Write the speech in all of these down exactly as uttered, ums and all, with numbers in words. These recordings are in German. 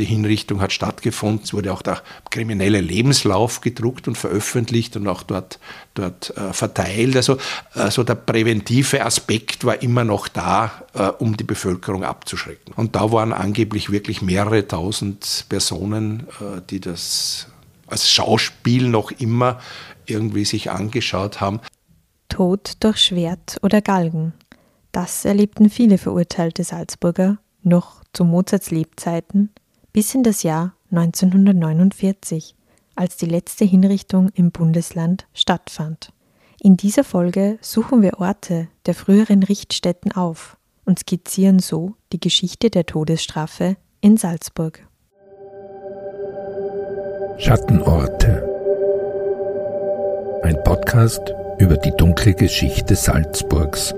die Hinrichtung hat stattgefunden. Es wurde auch der kriminelle Lebenslauf gedruckt und veröffentlicht und auch dort, dort äh, verteilt. Also, also der präventive Aspekt war immer noch da, äh, um die Bevölkerung abzuschrecken. Und da waren angeblich wirklich mehrere tausend Personen, äh, die das als Schauspiel noch immer irgendwie sich angeschaut haben. Tod durch Schwert oder Galgen. Das erlebten viele verurteilte Salzburger noch zu Mozarts Lebzeiten bis in das Jahr neunzehnhundertneunundvierzig, als die letzte Hinrichtung im Bundesland stattfand. In dieser Folge suchen wir Orte der früheren Richtstätten auf und skizzieren so die Geschichte der Todesstrafe in Salzburg. Schattenorte. Ein Podcast über die dunkle Geschichte Salzburgs.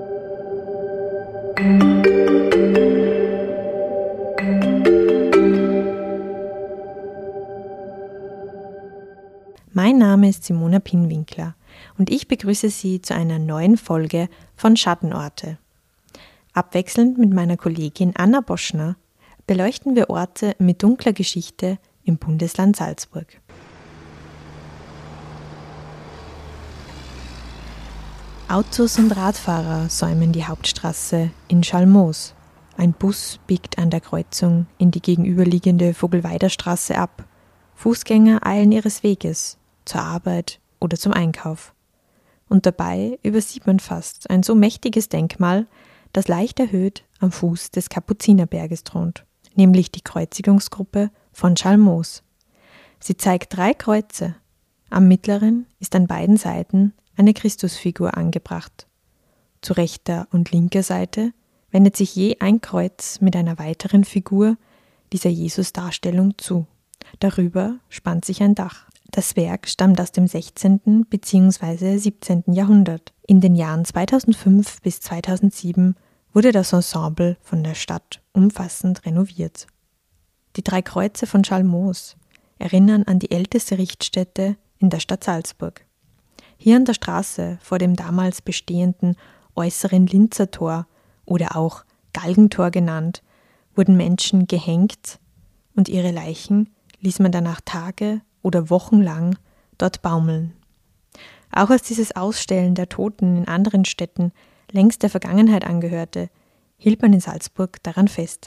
Mein Name ist Simona Pinwinkler und ich begrüße Sie zu einer neuen Folge von Schattenorte. Abwechselnd mit meiner Kollegin Anna Boschner beleuchten wir Orte mit dunkler Geschichte im Bundesland Salzburg. Autos und Radfahrer säumen die Hauptstraße in Schalmoos. Ein Bus biegt an der Kreuzung in die gegenüberliegende Vogelweiderstraße ab. Fußgänger eilen ihres Weges zur Arbeit oder zum Einkauf. Und dabei übersieht man fast ein so mächtiges Denkmal, das leicht erhöht am Fuß des Kapuzinerberges thront, nämlich die Kreuzigungsgruppe von Schalmoos. Sie zeigt drei Kreuze. Am mittleren ist an beiden Seiten eine Christusfigur angebracht. Zu rechter und linker Seite wendet sich je ein Kreuz mit einer weiteren Figur dieser Jesus-Darstellung zu. Darüber spannt sich ein Dach. Das Werk stammt aus dem sechzehnten bzw. siebzehnten Jahrhundert. In den Jahren zweitausendfünf bis zweitausendsieben wurde das Ensemble von der Stadt umfassend renoviert. Die drei Kreuze von Schalmoos erinnern an die älteste Richtstätte in der Stadt Salzburg. Hier an der Straße vor dem damals bestehenden äußeren Linzer Tor oder auch Galgentor genannt, wurden Menschen gehängt und ihre Leichen ließ man danach Tage oder Wochen lang dort baumeln. Auch als dieses Ausstellen der Toten in anderen Städten längst der Vergangenheit angehörte, hielt man in Salzburg daran fest.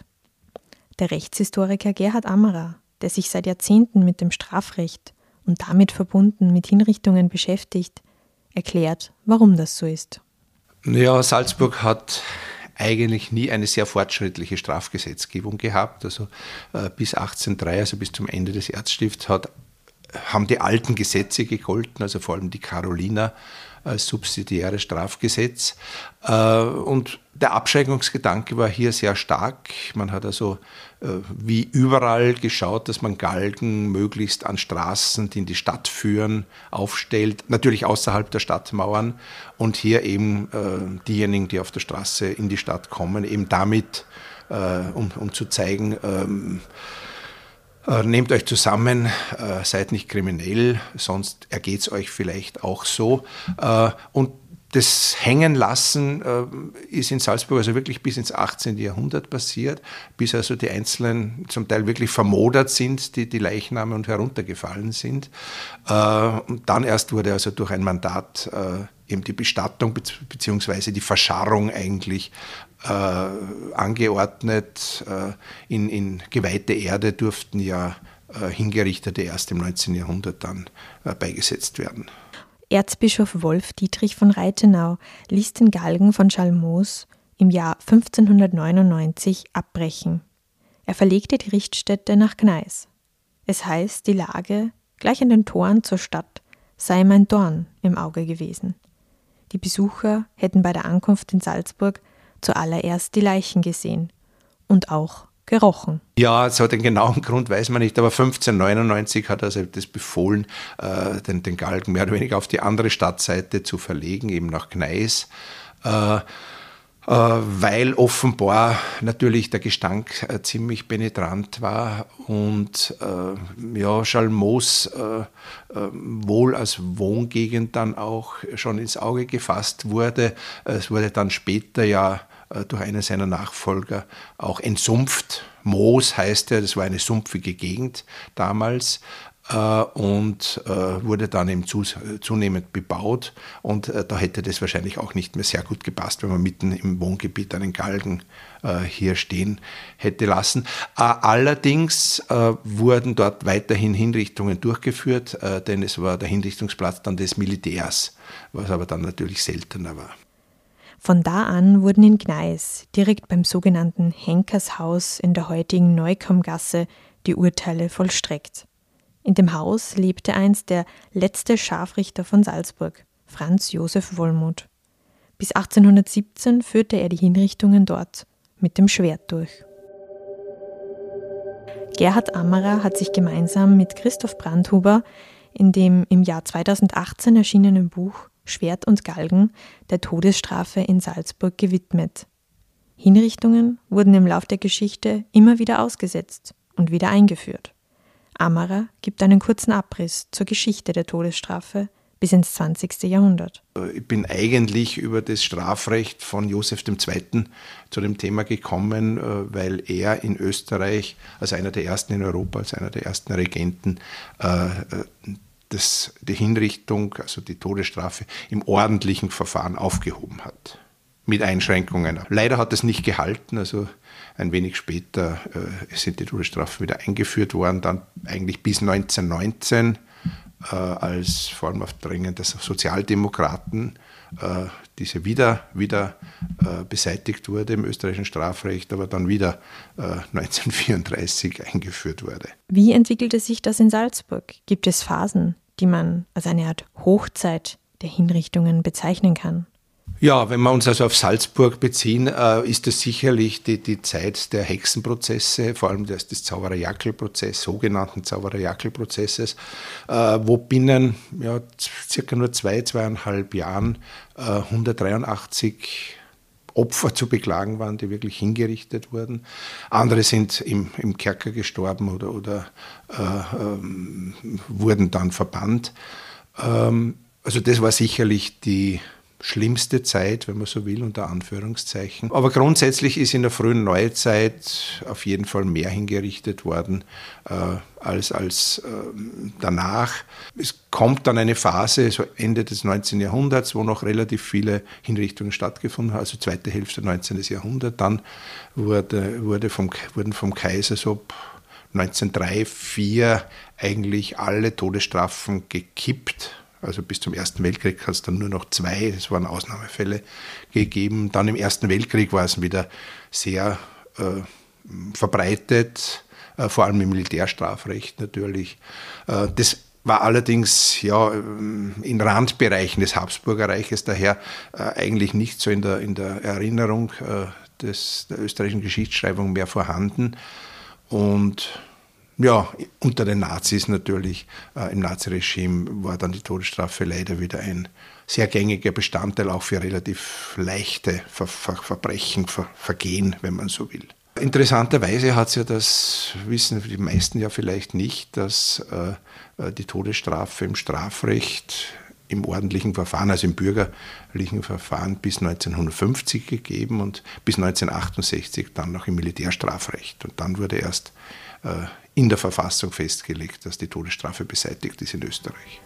Der Rechtshistoriker Gerhard Ammerer, der sich seit Jahrzehnten mit dem Strafrecht und damit verbunden mit Hinrichtungen beschäftigt, erklärt, warum das so ist. Ja, Salzburg hat eigentlich nie eine sehr fortschrittliche Strafgesetzgebung gehabt. Also äh, bis achtzehnhundertdrei, also bis zum Ende des Erzstifts, hat, haben die alten Gesetze gegolten, also vor allem die Karoliner als subsidiäres Strafgesetz. Äh, und der Abschreckungsgedanke war hier sehr stark. Man hat also äh, wie überall geschaut, dass man Galgen möglichst an Straßen, die in die Stadt führen, aufstellt. Natürlich außerhalb der Stadtmauern. Und hier eben äh, diejenigen, die auf der Straße in die Stadt kommen, eben damit, äh, um, um zu zeigen, ähm, Äh, nehmt euch zusammen, äh, seid nicht kriminell, sonst ergeht es euch vielleicht auch so. Äh, und das Hängenlassen äh, ist in Salzburg also wirklich bis ins achtzehnten Jahrhundert passiert, bis also die Einzelnen zum Teil wirklich vermodert sind, die, die Leichname und heruntergefallen sind. Äh, und dann erst wurde also durch ein Mandat äh, eben die Bestattung bzw. die Verscharrung eigentlich äh, angeordnet. Äh, in, in geweihte Erde durften ja äh, Hingerichtete erst im neunzehnten Jahrhundert dann äh, beigesetzt werden. Erzbischof Wolf Dietrich von Reithenau ließ den Galgen von Schalmoos im Jahr fünfzehnhundertneunundneunzig abbrechen. Er verlegte die Richtstätte nach Gneis. Es heißt, die Lage, gleich an den Toren zur Stadt, sei ihm ein Dorn im Auge gewesen. Die Besucher hätten bei der Ankunft in Salzburg zuallererst die Leichen gesehen und auch gerochen. Ja, so den genauen Grund weiß man nicht, aber fünfzehnhundertneunundneunzig hat er also das befohlen, äh, den, den Galgen mehr oder weniger auf die andere Stadtseite zu verlegen, eben nach Gneis. Äh, weil offenbar natürlich der Gestank äh, ziemlich penetrant war und äh, ja, Schalmoos äh, äh, wohl als Wohngegend dann auch schon ins Auge gefasst wurde. Es wurde dann später ja äh, durch einen seiner Nachfolger auch entsumpft, Moos heißt er, das war eine sumpfige Gegend damals. Und äh, wurde dann eben zu, zunehmend bebaut und äh, da hätte das wahrscheinlich auch nicht mehr sehr gut gepasst, wenn man mitten im Wohngebiet einen Galgen äh, hier stehen hätte lassen. Äh, allerdings äh, wurden dort weiterhin Hinrichtungen durchgeführt, äh, denn es war der Hinrichtungsplatz dann des Militärs, was aber dann natürlich seltener war. Von da an wurden in Gneis, direkt beim sogenannten Henkershaus in der heutigen Neukommgasse, die Urteile vollstreckt. In dem Haus lebte einst der letzte Scharfrichter von Salzburg, Franz Josef Wollmuth. Bis achtzehnhundertsiebzehn führte er die Hinrichtungen dort mit dem Schwert durch. Gerhard Ammerer hat sich gemeinsam mit Christoph Brandhuber in dem im Jahr zweitausendachtzehn erschienenen Buch Schwert und Galgen der Todesstrafe in Salzburg gewidmet. Hinrichtungen wurden im Lauf der Geschichte immer wieder ausgesetzt und wieder eingeführt. Ammerer gibt einen kurzen Abriss zur Geschichte der Todesstrafe bis ins zwanzigste Jahrhundert. Ich bin eigentlich über das Strafrecht von Josef der Zweite zu dem Thema gekommen, weil er in Österreich als einer der ersten in Europa, als einer der ersten Regenten, das, die Hinrichtung, also die Todesstrafe, im ordentlichen Verfahren aufgehoben hat. Mit Einschränkungen. Leider hat es nicht gehalten, also ein wenig später äh, sind die Todesstrafen wieder eingeführt worden, dann eigentlich bis neunzehnhundertneunzehn, äh, als vor allem auf Drängen der Sozialdemokraten äh, diese wieder, wieder äh, beseitigt wurde im österreichischen Strafrecht, aber dann wieder äh, neunzehnhundertvierunddreißig eingeführt wurde. Wie entwickelte sich das in Salzburg? Gibt es Phasen, die man als eine Art Hochzeit der Hinrichtungen bezeichnen kann? Ja, wenn wir uns also auf Salzburg beziehen, äh, ist es sicherlich die, die Zeit der Hexenprozesse, vor allem des, des Zauberer-Jackel-Prozesses, sogenannten Zauberer-Jackel-Prozesses, äh, wo binnen ja, circa nur zwei, zweieinhalb Jahren äh, hundertdreiundachtzig Opfer zu beklagen waren, die wirklich hingerichtet wurden. Andere sind im, im Kerker gestorben oder, oder äh, ähm, wurden dann verbannt. Ähm, also das war sicherlich die schlimmste Zeit, wenn man so will, unter Anführungszeichen. Aber grundsätzlich ist in der frühen Neuzeit auf jeden Fall mehr hingerichtet worden äh, als, als äh, danach. Es kommt dann eine Phase, so Ende des neunzehnten Jahrhunderts, wo noch relativ viele Hinrichtungen stattgefunden haben, also zweite Hälfte neunzehnten Jahrhundert. Dann wurde, wurde vom, wurden vom Kaiser so neunzehnhundertdrei, vier eigentlich alle Todesstrafen gekippt. Also bis zum Ersten Weltkrieg hat es dann nur noch zwei, es waren Ausnahmefälle gegeben. Dann im Ersten Weltkrieg war es wieder sehr äh, verbreitet, äh, vor allem im Militärstrafrecht natürlich. Äh, das war allerdings ja, in Randbereichen des Habsburger Reiches, daher äh, eigentlich nicht so in der, in der Erinnerung äh, des, der österreichischen Geschichtsschreibung mehr vorhanden. Und ja, unter den Nazis natürlich, äh, im Naziregime war dann die Todesstrafe leider wieder ein sehr gängiger Bestandteil, auch für relativ leichte Ver- Ver- Verbrechen, Ver- Vergehen, wenn man so will. Interessanterweise hat es ja, das wissen die meisten ja vielleicht nicht, dass äh, die Todesstrafe im Strafrecht im ordentlichen Verfahren, also im bürgerlichen Verfahren bis neunzehnhundertfünfzig gegeben und bis neunzehnhundertachtundsechzig dann noch im Militärstrafrecht. Und dann wurde erst äh, in der Verfassung festgelegt, dass die Todesstrafe beseitigt ist in Österreich.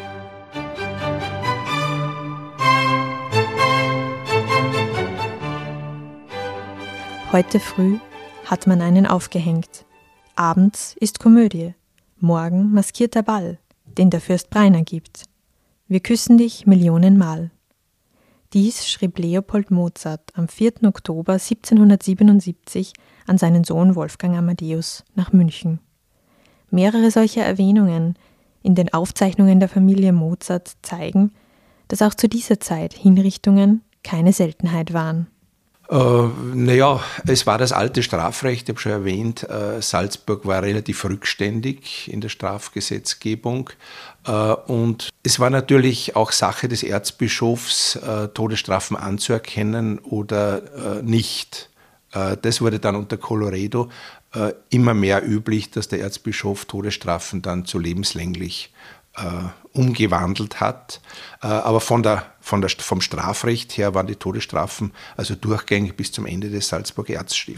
Heute früh hat man einen aufgehängt. Abends ist Komödie. Morgen maskierter Ball, den der Fürst Breiner gibt. Wir küssen dich Millionenmal. Dies schrieb Leopold Mozart am vierten Oktober siebzehnhundertsiebenundsiebzig an seinen Sohn Wolfgang Amadeus nach München. Mehrere solcher Erwähnungen in den Aufzeichnungen der Familie Mozart zeigen, dass auch zu dieser Zeit Hinrichtungen keine Seltenheit waren. Äh, naja, es war das alte Strafrecht, ich habe schon erwähnt, äh, Salzburg war relativ rückständig in der Strafgesetzgebung äh, und es war natürlich auch Sache des Erzbischofs, äh, Todesstrafen anzuerkennen oder äh, nicht. Äh, das wurde dann unter Colloredo äh, immer mehr üblich, dass der Erzbischof Todesstrafen dann zu lebenslänglich Uh, umgewandelt hat. Uh, aber von der, von der, vom Strafrecht her waren die Todesstrafen also durchgängig bis zum Ende des Salzburger Erzstifts.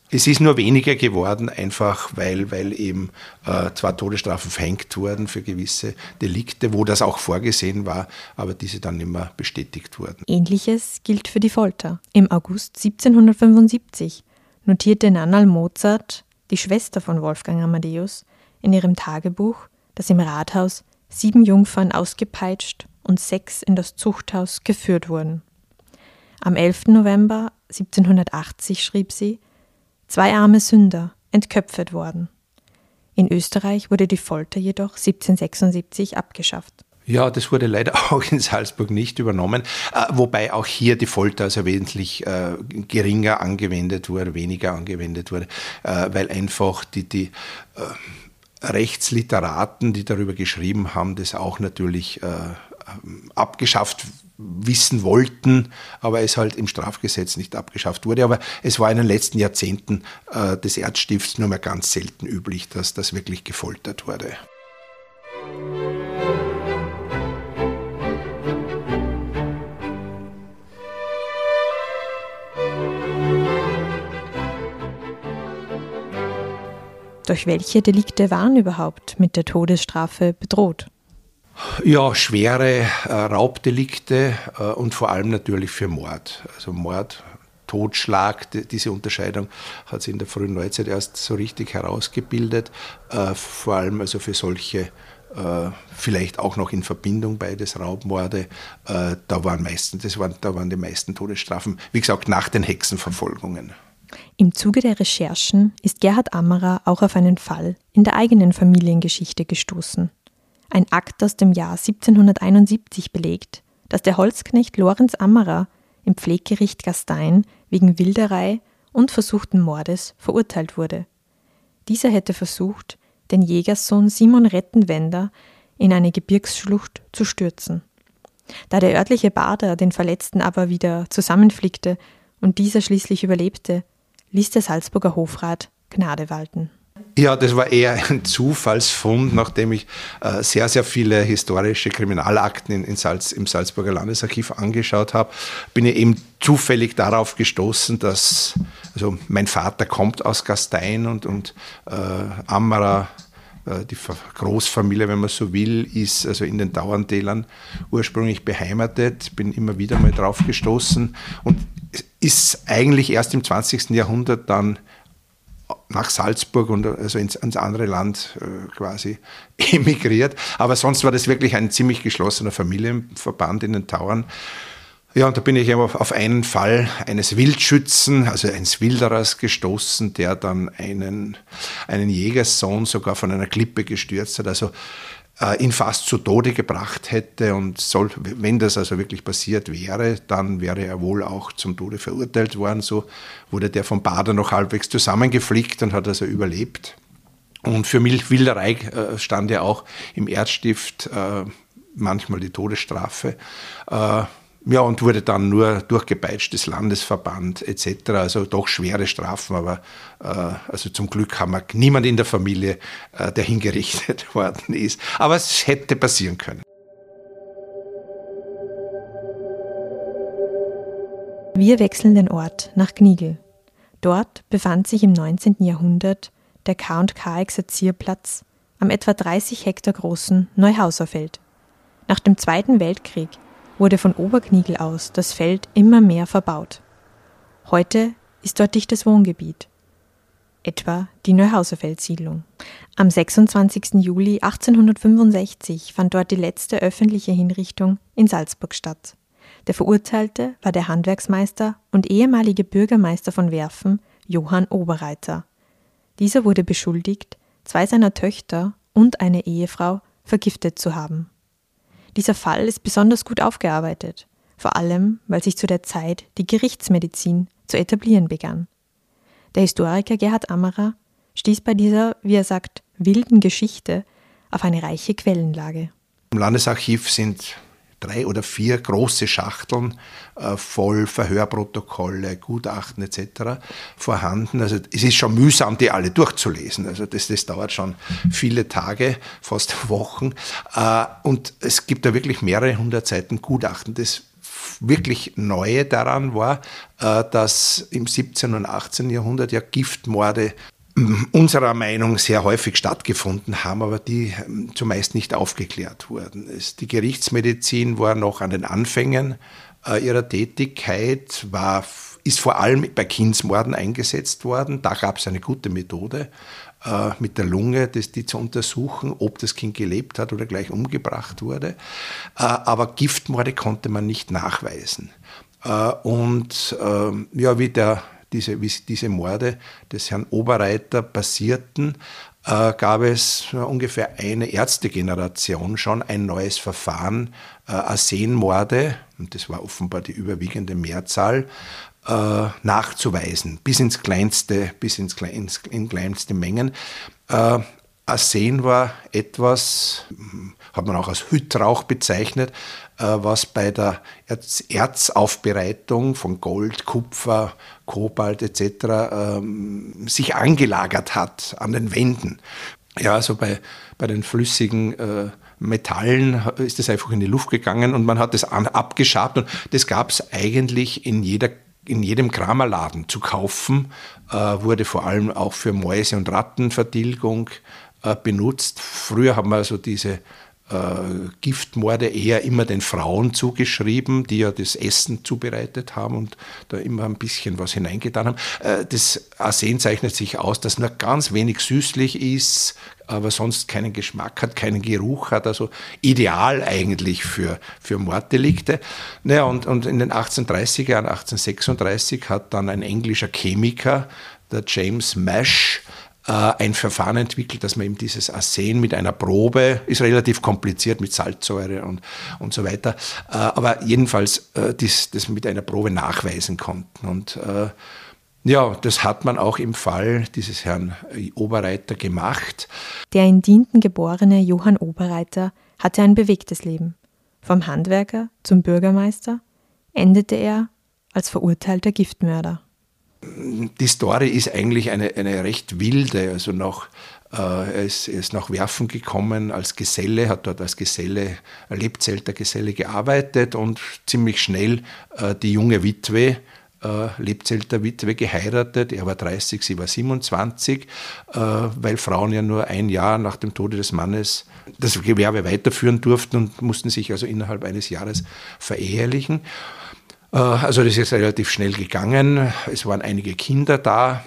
Es ist nur weniger geworden, einfach weil, weil eben äh, zwar Todesstrafen verhängt wurden für gewisse Delikte, wo das auch vorgesehen war, aber diese dann nicht mehr bestätigt wurden. Ähnliches gilt für die Folter. Im August siebzehnhundertfünfundsiebzig notierte Nannal Mozart, die Schwester von Wolfgang Amadeus, in ihrem Tagebuch, dass im Rathaus sieben Jungfern ausgepeitscht und sechs in das Zuchthaus geführt wurden. Am elften November siebzehnhundertachtzig schrieb sie: Zwei arme Sünder, entköpfet worden. In Österreich wurde die Folter jedoch siebzehnhundertsechsundsiebzig abgeschafft. Ja, das wurde leider auch in Salzburg nicht übernommen, äh, wobei auch hier die Folter also wesentlich äh, geringer angewendet wurde, weniger angewendet wurde, äh, weil einfach die, die äh, Rechtsliteraten, die darüber geschrieben haben, das auch natürlich äh, abgeschafft wissen wollten, aber es halt im Strafgesetz nicht abgeschafft wurde. Aber es war in den letzten Jahrzehnten äh, des Erzstifts nur mehr ganz selten üblich, dass das wirklich gefoltert wurde. Durch welche Delikte waren überhaupt mit der Todesstrafe bedroht? Ja, schwere äh, Raubdelikte äh, und vor allem natürlich für Mord. Also Mord, Totschlag, die, diese Unterscheidung hat sich in der frühen Neuzeit erst so richtig herausgebildet. Äh, vor allem also für solche, äh, vielleicht auch noch in Verbindung beides Raubmorde, äh, da waren meistens, das waren, da waren die meisten Todesstrafen, wie gesagt, nach den Hexenverfolgungen. Im Zuge der Recherchen ist Gerhard Ammerer auch auf einen Fall in der eigenen Familiengeschichte gestoßen. Ein Akt aus dem Jahr siebzehnhunderteinundsiebzig belegt, dass der Holzknecht Lorenz Ammerer im Pfleggericht Gastein wegen Wilderei und versuchten Mordes verurteilt wurde. Dieser hätte versucht, den Jägerssohn Simon Rettenwender in eine Gebirgsschlucht zu stürzen. Da der örtliche Bader den Verletzten aber wieder zusammenflickte und dieser schließlich überlebte, ließ der Salzburger Hofrat Gnade walten. Ja, das war eher ein Zufallsfund, nachdem ich äh, sehr, sehr viele historische Kriminalakten in, in Salz, im Salzburger Landesarchiv angeschaut habe, bin ich eben zufällig darauf gestoßen, dass also mein Vater kommt aus Gastein und, und äh, Ammerer, äh, die Großfamilie, wenn man so will, ist also in den Dauerntälern ursprünglich beheimatet, bin immer wieder mal drauf gestoßen und ist eigentlich erst im zwanzigsten Jahrhundert dann nach Salzburg und also ins, ins andere Land äh, quasi emigriert. Aber sonst war das wirklich ein ziemlich geschlossener Familienverband in den Tauern. Ja, und da bin ich auf, auf einen Fall eines Wildschützen, also eines Wilderers gestoßen, der dann einen, einen Jägerssohn sogar von einer Klippe gestürzt hat. Also ihn fast zu Tode gebracht hätte und soll, wenn das also wirklich passiert wäre, dann wäre er wohl auch zum Tode verurteilt worden. So wurde der vom Bader noch halbwegs zusammengeflickt und hat also überlebt. Und für Wilderei stand ja auch im Erzstift äh, manchmal die Todesstrafe. Äh, Ja, und wurde dann nur durchgepeitscht, das Landesverband et cetera. Also doch schwere Strafen, aber äh, also zum Glück haben wir niemand in der Familie, äh, der hingerichtet worden ist. Aber es hätte passieren können. Wir wechseln den Ort nach Gnigl. Dort befand sich im neunzehnten Jahrhundert der K und K Exerzierplatz am etwa dreißig Hektar großen Neuhauserfeld. Nach dem Zweiten Weltkrieg wurde von Obergnigl aus das Feld immer mehr verbaut. Heute ist dort dichtes Wohngebiet, etwa die Neuhauserfeldsiedlung. Am sechsundzwanzigsten Juli achtzehnhundertfünfundsechzig fand dort die letzte öffentliche Hinrichtung in Salzburg statt. Der Verurteilte war der Handwerksmeister und ehemalige Bürgermeister von Werfen, Johann Oberreiter. Dieser wurde beschuldigt, zwei seiner Töchter und eine Ehefrau vergiftet zu haben. Dieser Fall ist besonders gut aufgearbeitet, vor allem, weil sich zu der Zeit die Gerichtsmedizin zu etablieren begann. Der Historiker Gerhard Ammerer stieß bei dieser, wie er sagt, wilden Geschichte auf eine reiche Quellenlage. Im Landesarchiv sind drei oder vier große Schachteln äh, voll Verhörprotokolle, Gutachten et cetera vorhanden. Also es ist schon mühsam, die alle durchzulesen. Also das, das dauert schon viele Tage, fast Wochen. Äh, und es gibt da wirklich mehrere hundert Seiten Gutachten. Das wirklich Neue daran war, dass im siebzehnten und achtzehnten Jahrhundert ja Giftmorde unserer Meinung sehr häufig stattgefunden haben, aber die zumeist nicht aufgeklärt wurden. Die Gerichtsmedizin war noch an den Anfängen ihrer Tätigkeit, war, ist vor allem bei Kindsmorden eingesetzt worden. Da gab es eine gute Methode, mit der Lunge das, die zu untersuchen, ob das Kind gelebt hat oder gleich umgebracht wurde. Aber Giftmorde konnte man nicht nachweisen. Und ja, wie der Diese, wie diese Morde des Herrn Oberreiter passierten, äh, gab es äh, ungefähr eine Ärztegeneration schon ein neues Verfahren, äh, Arsenmorde, und das war offenbar die überwiegende Mehrzahl, äh, nachzuweisen, bis ins kleinste, bis ins, ins in kleinste Mengen. Äh, Arsen war etwas, hat man auch als Hüttrauch bezeichnet, was bei der Erz- Erzaufbereitung von Gold, Kupfer, Kobalt et cetera ähm, sich angelagert hat an den Wänden. Ja, also bei, bei den flüssigen äh, Metallen ist das einfach in die Luft gegangen und man hat das an, abgeschabt und das gab es eigentlich in jeder in jedem Kramerladen zu kaufen, äh, wurde vor allem auch für Mäuse- und Rattenvertilgung äh, benutzt. Früher haben wir also diese Äh, Giftmorde eher immer den Frauen zugeschrieben, die ja das Essen zubereitet haben und da immer ein bisschen was hineingetan haben. Äh, das Arsen zeichnet sich aus, dass nur ganz wenig süßlich ist, aber sonst keinen Geschmack hat, keinen Geruch hat, also ideal eigentlich für, für Morddelikte. Naja, und, und in den achtzehnhundertdreißiger Jahren, achtzehnhundertsechsunddreißig, hat dann ein englischer Chemiker, der James Mash, ein Verfahren entwickelt, dass man eben dieses Arsen mit einer Probe, ist relativ kompliziert mit Salzsäure und, und so weiter, aber jedenfalls das, das mit einer Probe nachweisen konnten. Und ja, das hat man auch im Fall dieses Herrn Oberreiter gemacht. Der in Dienten geborene Johann Oberreiter hatte ein bewegtes Leben. Vom Handwerker zum Bürgermeister endete er als verurteilter Giftmörder. Die Story ist eigentlich eine, eine recht wilde. Also nach, äh, er, ist, er ist nach Werfen gekommen als Geselle, hat dort als Geselle, Lebzelter-Geselle gearbeitet und ziemlich schnell äh, die junge Witwe, äh, Lebzelter Witwe geheiratet. Er war dreißig, sie war siebenundzwanzig, äh, weil Frauen ja nur ein Jahr nach dem Tode des Mannes das Gewerbe weiterführen durften und mussten sich also innerhalb eines Jahres verehelichen. Also das ist relativ schnell gegangen. Es waren einige Kinder da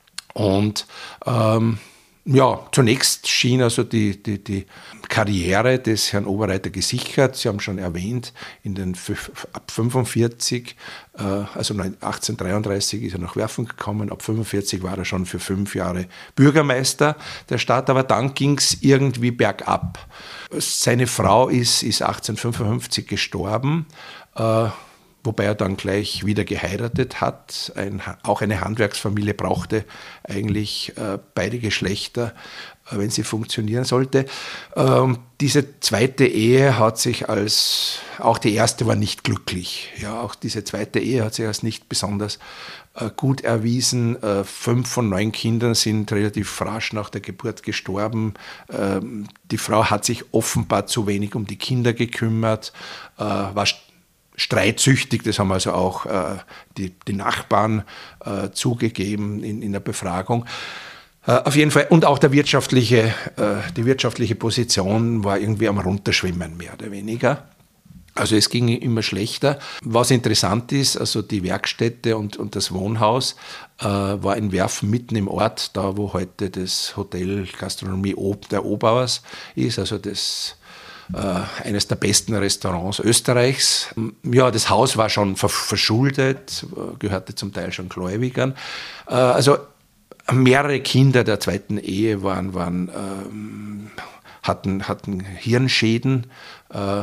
und ähm, ja, zunächst schien also die, die, die Karriere des Herrn Oberreiter gesichert. Sie haben schon erwähnt, in den ab fünfundvierzig, äh, also achtzehnhundertdreiunddreißig ist er nach Werfen gekommen, ab fünfundvierzig war er schon für fünf Jahre Bürgermeister der Stadt, aber dann ging es irgendwie bergab. Seine Frau ist, ist achtzehnhundertfünfundfünfzig gestorben, äh, wobei er dann gleich wieder geheiratet hat. Ein, auch eine Handwerksfamilie brauchte eigentlich äh, beide Geschlechter, äh, wenn sie funktionieren sollte. Ähm, diese zweite Ehe hat sich als, auch die erste war nicht glücklich. Ja, auch diese zweite Ehe hat sich als nicht besonders äh, gut erwiesen. Äh, fünf von neun Kindern sind relativ rasch nach der Geburt gestorben. Ähm, die Frau hat sich offenbar zu wenig um die Kinder gekümmert, äh, war streitsüchtig, das haben also auch äh, die, die Nachbarn äh, zugegeben in, in der Befragung. Äh, auf jeden Fall, und auch der wirtschaftliche, äh, die wirtschaftliche Position war irgendwie am Runterschwimmen, mehr oder weniger. Also es ging immer schlechter. Was interessant ist, also die Werkstätte und, und das Wohnhaus äh, war in Werfen mitten im Ort, da wo heute das Hotel Gastronomie der Obauers ist, also das Äh, eines der besten Restaurants Österreichs. Ja, das Haus war schon verschuldet, gehörte zum Teil schon Gläubigern. Äh, also mehrere Kinder der zweiten Ehe waren, waren, ähm, hatten, hatten Hirnschäden. Äh,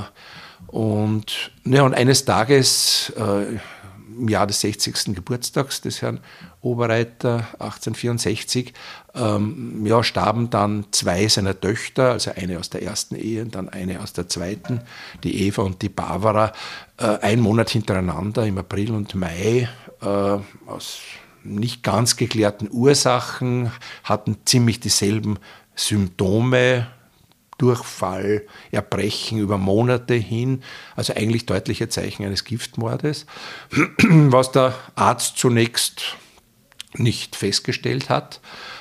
und, ja, und eines Tages, äh, im Jahr des sechzigsten Geburtstags des Herrn Oberreiter, achtzehnhundertvierundsechzig, ähm, ja, starben dann zwei seiner Töchter, also eine aus der ersten Ehe und dann eine aus der zweiten, die Eva und die Barbara, äh, ein Monat hintereinander im April und Mai, äh, aus nicht ganz geklärten Ursachen, hatten ziemlich dieselben Symptome, Durchfall, Erbrechen über Monate hin, also eigentlich deutliche Zeichen eines Giftmordes, was der Arzt zunächst nicht festgestellt hat.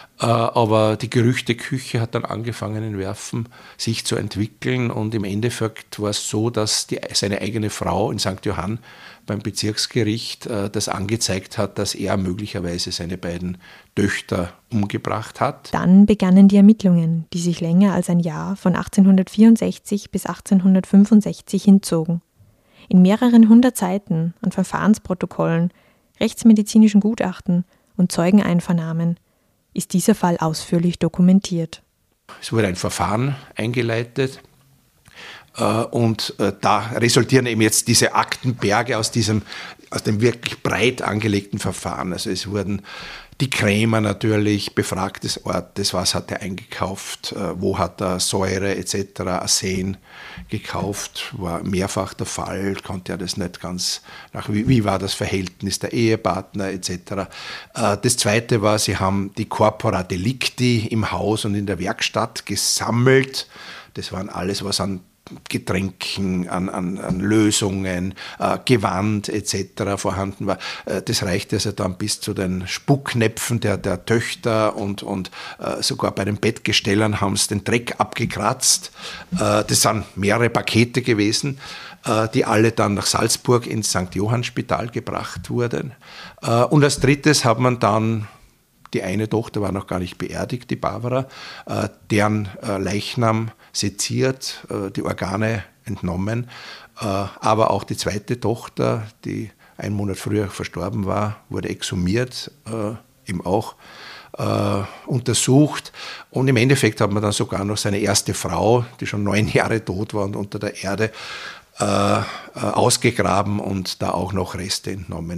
Aber die Gerüchteküche hat dann angefangen in Werfen sich zu entwickeln und im Endeffekt war es so, dass die, seine eigene Frau in Sankt Johann beim Bezirksgericht äh, das angezeigt hat, dass er möglicherweise seine beiden Töchter umgebracht hat. Dann begannen die Ermittlungen, die sich länger als ein Jahr von achtzehnhundertvierundsechzig bis achtzehnhundertfünfundsechzig hinzogen. In mehreren hundert Seiten an Verfahrensprotokollen, rechtsmedizinischen Gutachten und Zeugeneinvernahmen ist dieser Fall ausführlich dokumentiert. Es wurde ein Verfahren eingeleitet äh, und äh, da resultieren eben jetzt diese Aktenberge aus diesem, aus dem wirklich breit angelegten Verfahren. Also es wurden die Krämer natürlich befragt des Ortes, was hat er eingekauft, äh, wo hat er Säure et cetera, Arsen gekauft, war mehrfach der Fall, konnte er das nicht ganz nach, wie, wie war das Verhältnis der Ehepartner et cetera. Äh, das Zweite war, sie haben die Corpora Delicti im Haus und in der Werkstatt gesammelt, das waren alles, was an Getränken, an, an, an Lösungen, äh, Gewand et cetera vorhanden war. Äh, das reichte also dann bis zu den Spucknäpfen der, der Töchter und, und äh, sogar bei den Bettgestellern haben sie den Dreck abgekratzt. Äh, das sind mehrere Pakete gewesen, äh, die alle dann nach Salzburg ins Sankt Johann Spital gebracht wurden. Äh, und als drittes hat man dann die eine Tochter war noch gar nicht beerdigt, die Barbara, äh, deren äh, Leichnam seziert, äh, die Organe entnommen. Äh, aber auch die zweite Tochter, die einen Monat früher verstorben war, wurde exhumiert, äh, eben auch äh, untersucht. Und im Endeffekt hat man dann sogar noch seine erste Frau, die schon neun Jahre tot war und unter der Erde, äh, äh, ausgegraben und da auch noch Reste entnommen.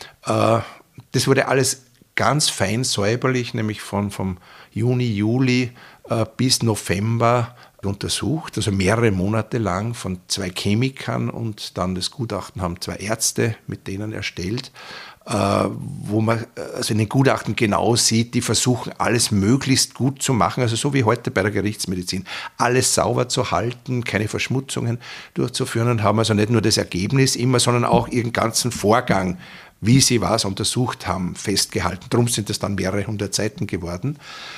Äh, das wurde alles ganz fein säuberlich, nämlich von vom Juni, Juli äh, bis November untersucht, also mehrere Monate lang von zwei Chemikern und dann das Gutachten haben zwei Ärzte mit denen erstellt, äh, wo man also in den Gutachten genau sieht, die versuchen alles möglichst gut zu machen, also so wie heute bei der Gerichtsmedizin, alles sauber zu halten, keine Verschmutzungen durchzuführen und haben also nicht nur das Ergebnis immer, sondern auch ihren ganzen Vorgang, wie sie was untersucht haben, festgehalten. Darum sind es dann mehrere hundert Seiten geworden.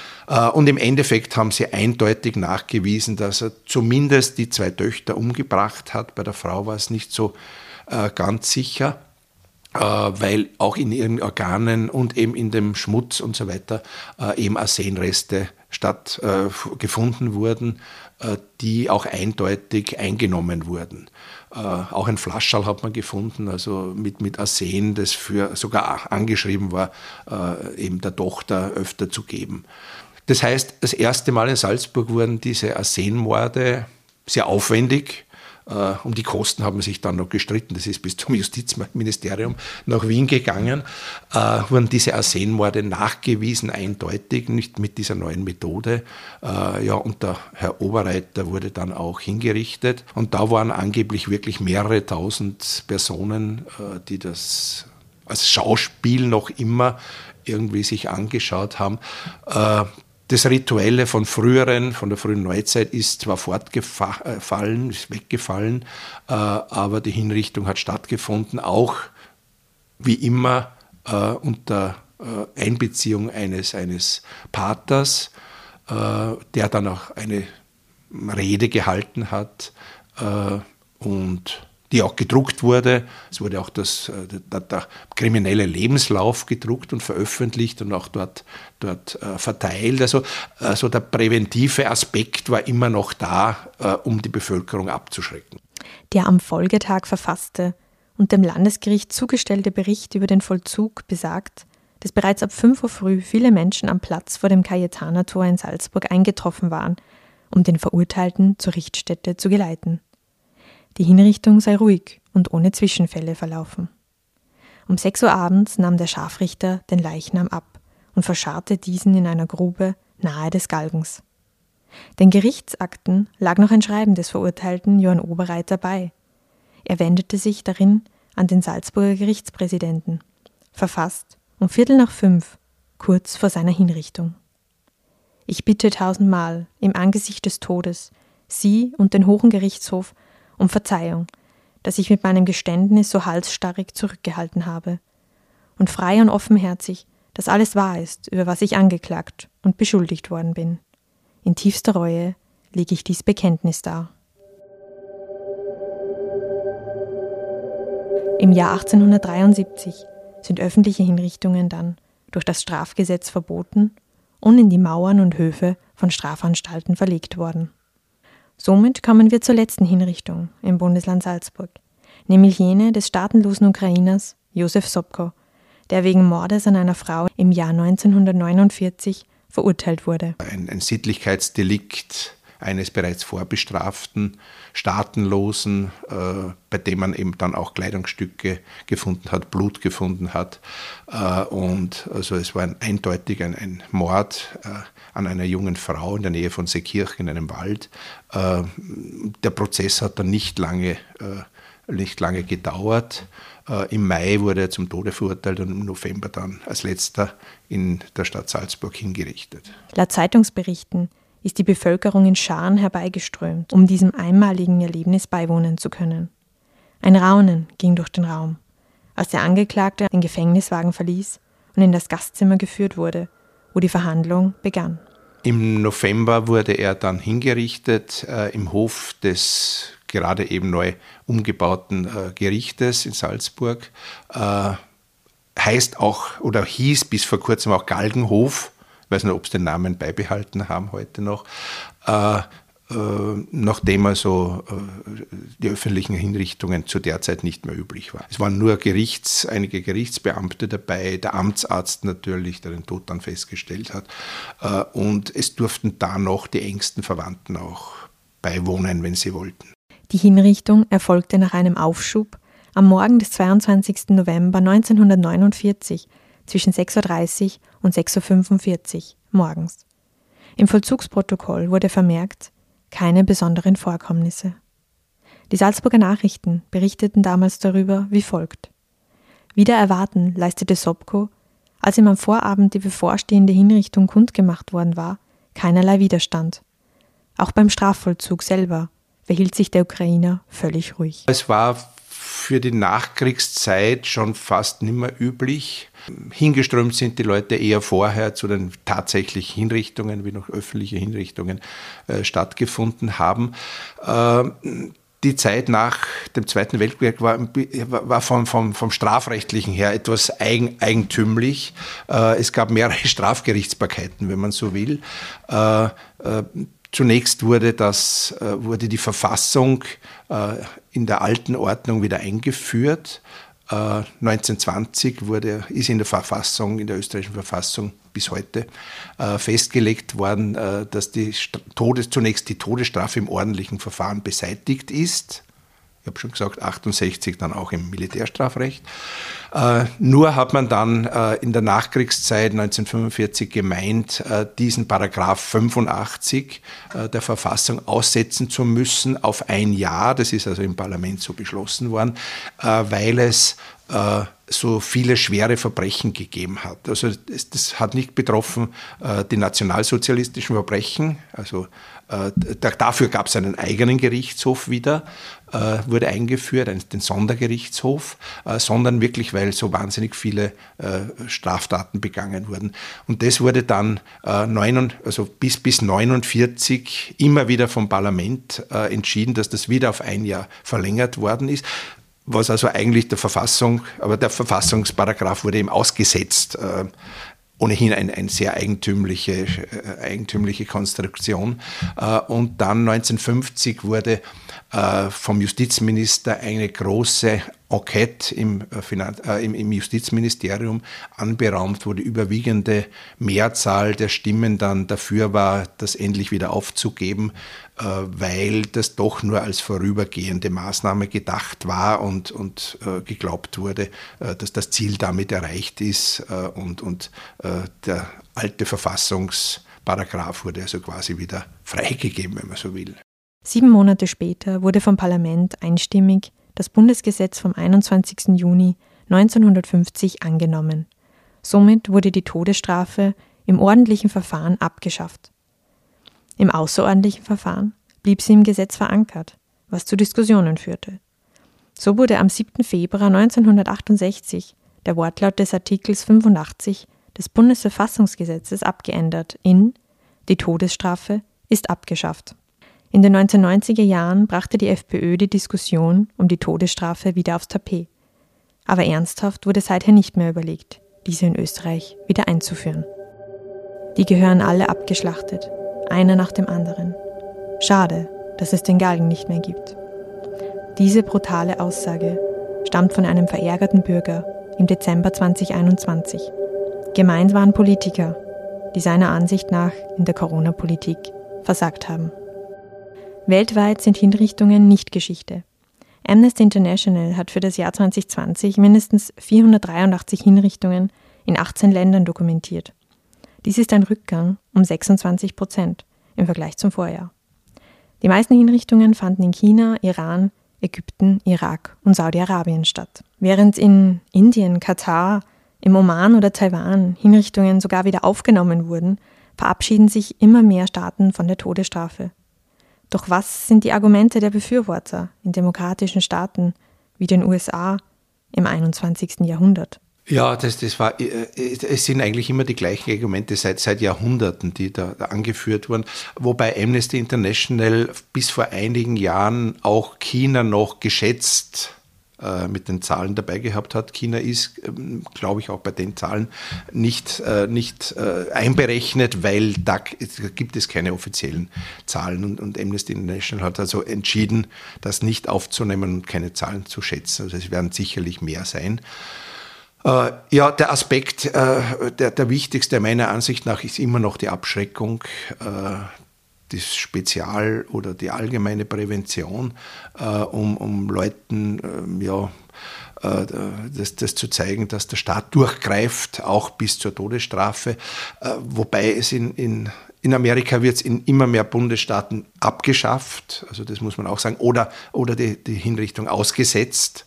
Und im Endeffekt haben sie eindeutig nachgewiesen, dass er zumindest die zwei Töchter umgebracht hat. Bei der Frau war es nicht so äh, ganz sicher, äh, weil auch in ihren Organen und eben in dem Schmutz und so weiter äh, eben Arsenreste statt, äh, gefunden wurden, äh, die auch eindeutig eingenommen wurden. Äh, auch ein Flaschall hat man gefunden, also mit, mit Arsen, das für sogar angeschrieben war, äh, eben der Tochter öfter zu geben. Das heißt, das erste Mal in Salzburg wurden diese Arsenmorde sehr aufwendig. Uh, um die Kosten haben sich dann noch gestritten, das ist bis zum Justizministerium nach Wien gegangen, uh, wurden diese Arsenmorde nachgewiesen, eindeutig, nicht mit dieser neuen Methode. Uh, ja, und der Herr Oberreiter wurde dann auch hingerichtet. Und da waren angeblich wirklich mehrere tausend Personen, uh, die das als Schauspiel noch immer irgendwie sich angeschaut haben. Uh, Das Rituelle von früheren, von der frühen Neuzeit ist zwar fortgefallen, ist weggefallen, äh, aber die Hinrichtung hat stattgefunden, auch wie immer äh, unter äh, Einbeziehung eines, eines Paters, äh, der dann auch eine Rede gehalten hat äh, und die auch gedruckt wurde. Es wurde auch das, der, der kriminelle Lebenslauf gedruckt und veröffentlicht und auch dort, dort äh, verteilt. Also, also der präventive Aspekt war immer noch da, äh, um die Bevölkerung abzuschrecken. Der am Folgetag verfasste und dem Landesgericht zugestellte Bericht über den Vollzug besagt, dass bereits ab fünf Uhr früh viele Menschen am Platz vor dem Cayetana-Tor in Salzburg eingetroffen waren, um den Verurteilten zur Richtstätte zu geleiten. Die Hinrichtung sei ruhig und ohne Zwischenfälle verlaufen. Um sechs Uhr abends nahm der Scharfrichter den Leichnam ab und verscharrte diesen in einer Grube nahe des Galgens. Den Gerichtsakten lag noch ein Schreiben des Verurteilten Johann Oberreiter bei. Er wendete sich darin an den Salzburger Gerichtspräsidenten, verfasst um Viertel nach fünf, kurz vor seiner Hinrichtung. Ich bitte tausendmal im Angesicht des Todes, Sie und den Hohen Gerichtshof um Verzeihung, dass ich mit meinem Geständnis so halsstarrig zurückgehalten habe. Und frei und offenherzig, dass alles wahr ist, über was ich angeklagt und beschuldigt worden bin. In tiefster Reue lege ich dies Bekenntnis dar. Im Jahr achtzehnhundertdreiundsiebzig sind öffentliche Hinrichtungen dann durch das Strafgesetz verboten und in die Mauern und Höfe von Strafanstalten verlegt worden. Somit kommen wir zur letzten Hinrichtung im Bundesland Salzburg, nämlich jene des staatenlosen Ukrainers Josef Sobko, der wegen Mordes an einer Frau im Jahr neunzehnhundertneunundvierzig verurteilt wurde. Ein, ein Sittlichkeitsdelikt eines bereits vorbestraften, Staatenlosen, äh, bei dem man eben dann auch Kleidungsstücke gefunden hat, Blut gefunden hat. Äh, und also es war ein, eindeutig ein, ein Mord äh, an einer jungen Frau in der Nähe von Seekirchen in einem Wald. Äh, der Prozess hat dann nicht lange, äh, nicht lange gedauert. Äh, Im Mai wurde er zum Tode verurteilt und im November dann als letzter in der Stadt Salzburg hingerichtet. Laut Zeitungsberichten ist die Bevölkerung in Scharen herbeigeströmt, um diesem einmaligen Erlebnis beiwohnen zu können. Ein Raunen ging durch den Raum, als der Angeklagte den Gefängniswagen verließ und in das Gastzimmer geführt wurde, wo die Verhandlung begann. Im November wurde er dann hingerichtet äh, im Hof des gerade eben neu umgebauten äh, Gerichtes in Salzburg. Äh, heißt auch oder hieß bis vor kurzem auch Galgenhof. Ich weiß nicht, ob sie den Namen beibehalten haben heute noch, äh, äh, nachdem also äh, die öffentlichen Hinrichtungen zu der Zeit nicht mehr üblich waren. Es waren nur Gerichts, einige Gerichtsbeamte dabei, der Amtsarzt natürlich, der den Tod dann festgestellt hat, äh, und es durften da noch die engsten Verwandten auch beiwohnen, wenn sie wollten. Die Hinrichtung erfolgte nach einem Aufschub am Morgen des zweiundzwanzigsten November neunzehnhundertneunundvierzig zwischen sechs Uhr dreißig und sechs Uhr fünfundvierzig morgens. Im Vollzugsprotokoll wurde vermerkt, keine besonderen Vorkommnisse. Die Salzburger Nachrichten berichteten damals darüber wie folgt. Wider Erwarten leistete Sobko, als ihm am Vorabend die bevorstehende Hinrichtung kundgemacht worden war, keinerlei Widerstand. Auch beim Strafvollzug selber verhielt sich der Ukrainer völlig ruhig. Es war für die Nachkriegszeit schon fast nicht mehr üblich. Hingeströmt sind die Leute eher vorher zu den tatsächlichen Hinrichtungen, wie noch öffentliche Hinrichtungen äh, stattgefunden haben. Äh, die Zeit nach dem Zweiten Weltkrieg war, war vom, vom, vom Strafrechtlichen her etwas eigen, eigentümlich. Äh, es gab mehrere Strafgerichtsbarkeiten, wenn man so will. Äh, äh, Zunächst wurde, das, wurde die Verfassung in der alten Ordnung wieder eingeführt. neunzehnhundertzwanzig wurde, ist in der Verfassung, in der österreichischen Verfassung bis heute festgelegt worden, dass die Todes, zunächst die Todesstrafe im ordentlichen Verfahren beseitigt ist. Ich habe schon gesagt, achtundsechzig dann auch im Militärstrafrecht. Äh, nur hat man dann äh, in der Nachkriegszeit neunzehnhundertfünfundvierzig gemeint, äh, diesen Paragraph fünfundachtzig äh, der Verfassung aussetzen zu müssen auf ein Jahr. Das ist also im Parlament so beschlossen worden, äh, weil es äh, so viele schwere Verbrechen gegeben hat. Also das, das hat nicht betroffen äh, die nationalsozialistischen Verbrechen, also äh, da, dafür gab es einen eigenen Gerichtshof wieder, äh, wurde eingeführt, einen, den Sondergerichtshof, äh, sondern wirklich, weil so wahnsinnig viele äh, Straftaten begangen wurden. Und das wurde dann äh, neun, also bis, bis neunundvierzig immer wieder vom Parlament äh, entschieden, dass das wieder auf ein Jahr verlängert worden ist. Was also eigentlich der Verfassung, aber der Verfassungsparagraph wurde eben ausgesetzt. Äh, ohnehin eine ein sehr eigentümliche, äh, eigentümliche Konstruktion. Äh, und dann neunzehnhundertfünfzig wurde äh, vom Justizminister eine große Enquete im, äh, Finan- äh, im, im Justizministerium anberaumt, wo die überwiegende Mehrzahl der Stimmen dann dafür war, das endlich wieder aufzugeben, äh, weil das doch nur als vorübergehende Maßnahme gedacht war und, und äh, geglaubt wurde, äh, dass das Ziel damit erreicht ist äh, und, und äh, der alte Verfassungsparagraph wurde also quasi wieder freigegeben, wenn man so will. Sieben Monate später wurde vom Parlament einstimmig das Bundesgesetz vom einundzwanzigsten Juni neunzehnhundertfünfzig angenommen. Somit wurde die Todesstrafe im ordentlichen Verfahren abgeschafft. Im außerordentlichen Verfahren blieb sie im Gesetz verankert, was zu Diskussionen führte. So wurde am siebten Februar neunzehnhundertachtundsechzig der Wortlaut des Artikels fünfundachtzig des Bundesverfassungsgesetzes abgeändert in „Die Todesstrafe ist abgeschafft“. In den neunzehnhundertneunziger Jahren brachte die FPÖ die Diskussion um die Todesstrafe wieder aufs Tapet. Aber ernsthaft wurde seither nicht mehr überlegt, diese in Österreich wieder einzuführen. Die gehören alle abgeschlachtet, einer nach dem anderen. Schade, dass es den Galgen nicht mehr gibt. Diese brutale Aussage stammt von einem verärgerten Bürger im Dezember zweitausendeinundzwanzig. Gemeint waren Politiker, die seiner Ansicht nach in der Corona-Politik versagt haben. Weltweit sind Hinrichtungen nicht Geschichte. Amnesty International hat für das Jahr zweitausendzwanzig mindestens vierhundertdreiundachtzig Hinrichtungen in achtzehn Ländern dokumentiert. Dies ist ein Rückgang um sechsundzwanzig Prozent im Vergleich zum Vorjahr. Die meisten Hinrichtungen fanden in China, Iran, Ägypten, Irak und Saudi-Arabien statt. Während in Indien, Katar, im Oman oder Taiwan Hinrichtungen sogar wieder aufgenommen wurden, verabschieden sich immer mehr Staaten von der Todesstrafe. Doch was sind die Argumente der Befürworter in demokratischen Staaten wie den U S A im einundzwanzigsten Jahrhundert? Ja, das, das war, es sind eigentlich immer die gleichen Argumente seit, seit Jahrhunderten, die da, da angeführt wurden. Wobei Amnesty International bis vor einigen Jahren auch China noch geschätzt äh, mit den Zahlen dabei gehabt hat. China ist, ähm, glaube ich, auch bei den Zahlen nicht, äh, nicht äh, einberechnet, weil da gibt es keine offiziellen Zahlen. Und, und Amnesty International hat also entschieden, das nicht aufzunehmen und keine Zahlen zu schätzen. Also es werden sicherlich mehr sein. Äh, ja, der Aspekt, äh, der, der wichtigste meiner Ansicht nach ist immer noch die Abschreckung, äh, das Spezial- oder die allgemeine Prävention, äh, um, um Leuten äh, ja, äh, das, das zu zeigen, dass der Staat durchgreift, auch bis zur Todesstrafe, äh, wobei es in, in In Amerika wird es in immer mehr Bundesstaaten abgeschafft, also das muss man auch sagen, oder, oder die, die Hinrichtung ausgesetzt.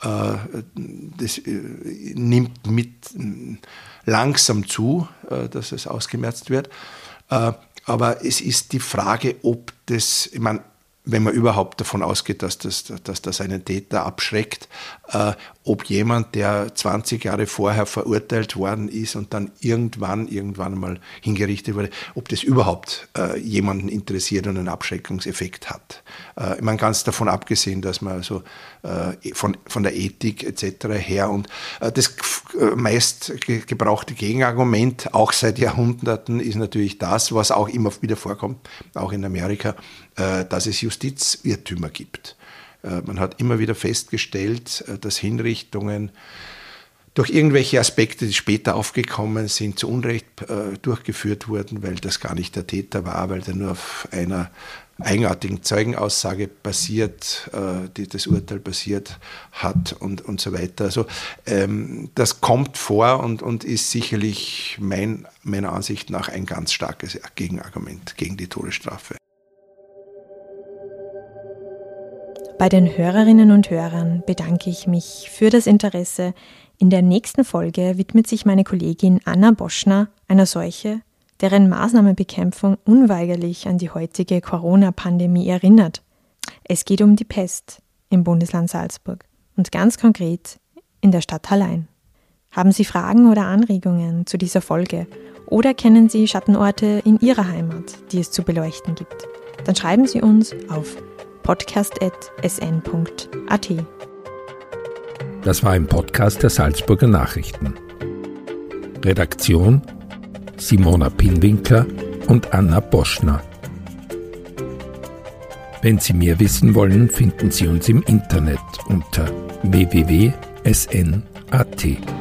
Das nimmt mit langsam zu, dass es ausgemerzt wird. Aber es ist die Frage, ob das, ich meine, wenn man überhaupt davon ausgeht, dass das, dass das einen Täter abschreckt, äh, ob jemand, der zwanzig Jahre vorher verurteilt worden ist und dann irgendwann, irgendwann mal hingerichtet wurde, ob das überhaupt äh, jemanden interessiert und einen Abschreckungseffekt hat. Äh, ich meine, ganz davon abgesehen, dass man also äh, von, von der Ethik et cetera her und äh, das äh, meist ge- gebrauchte Gegenargument, auch seit Jahrhunderten, ist natürlich das, was auch immer wieder vorkommt, auch in Amerika, äh, dass es Justizirrtümer gibt. Man hat immer wieder festgestellt, dass Hinrichtungen durch irgendwelche Aspekte, die später aufgekommen sind, zu Unrecht äh, durchgeführt wurden, weil das gar nicht der Täter war, weil der nur auf einer eigenartigen Zeugenaussage basiert, äh, die das Urteil basiert hat und, und so weiter. Also ähm, das kommt vor und, und ist sicherlich mein, meiner Ansicht nach ein ganz starkes Gegenargument gegen die Todesstrafe. Bei den Hörerinnen und Hörern bedanke ich mich für das Interesse. In der nächsten Folge widmet sich meine Kollegin Anna Boschner einer Seuche, deren Maßnahmenbekämpfung unweigerlich an die heutige Corona-Pandemie erinnert. Es geht um die Pest im Bundesland Salzburg und ganz konkret in der Stadt Hallein. Haben Sie Fragen oder Anregungen zu dieser Folge oder kennen Sie Schattenorte in Ihrer Heimat, die es zu beleuchten gibt? Dann schreiben Sie uns auf podcast at s n punkt a t. Das war ein Podcast der Salzburger Nachrichten. Redaktion Simona Pinwinkler und Anna Boschner. Wenn Sie mehr wissen wollen, finden Sie uns im Internet unter w w w punkt s n punkt a t.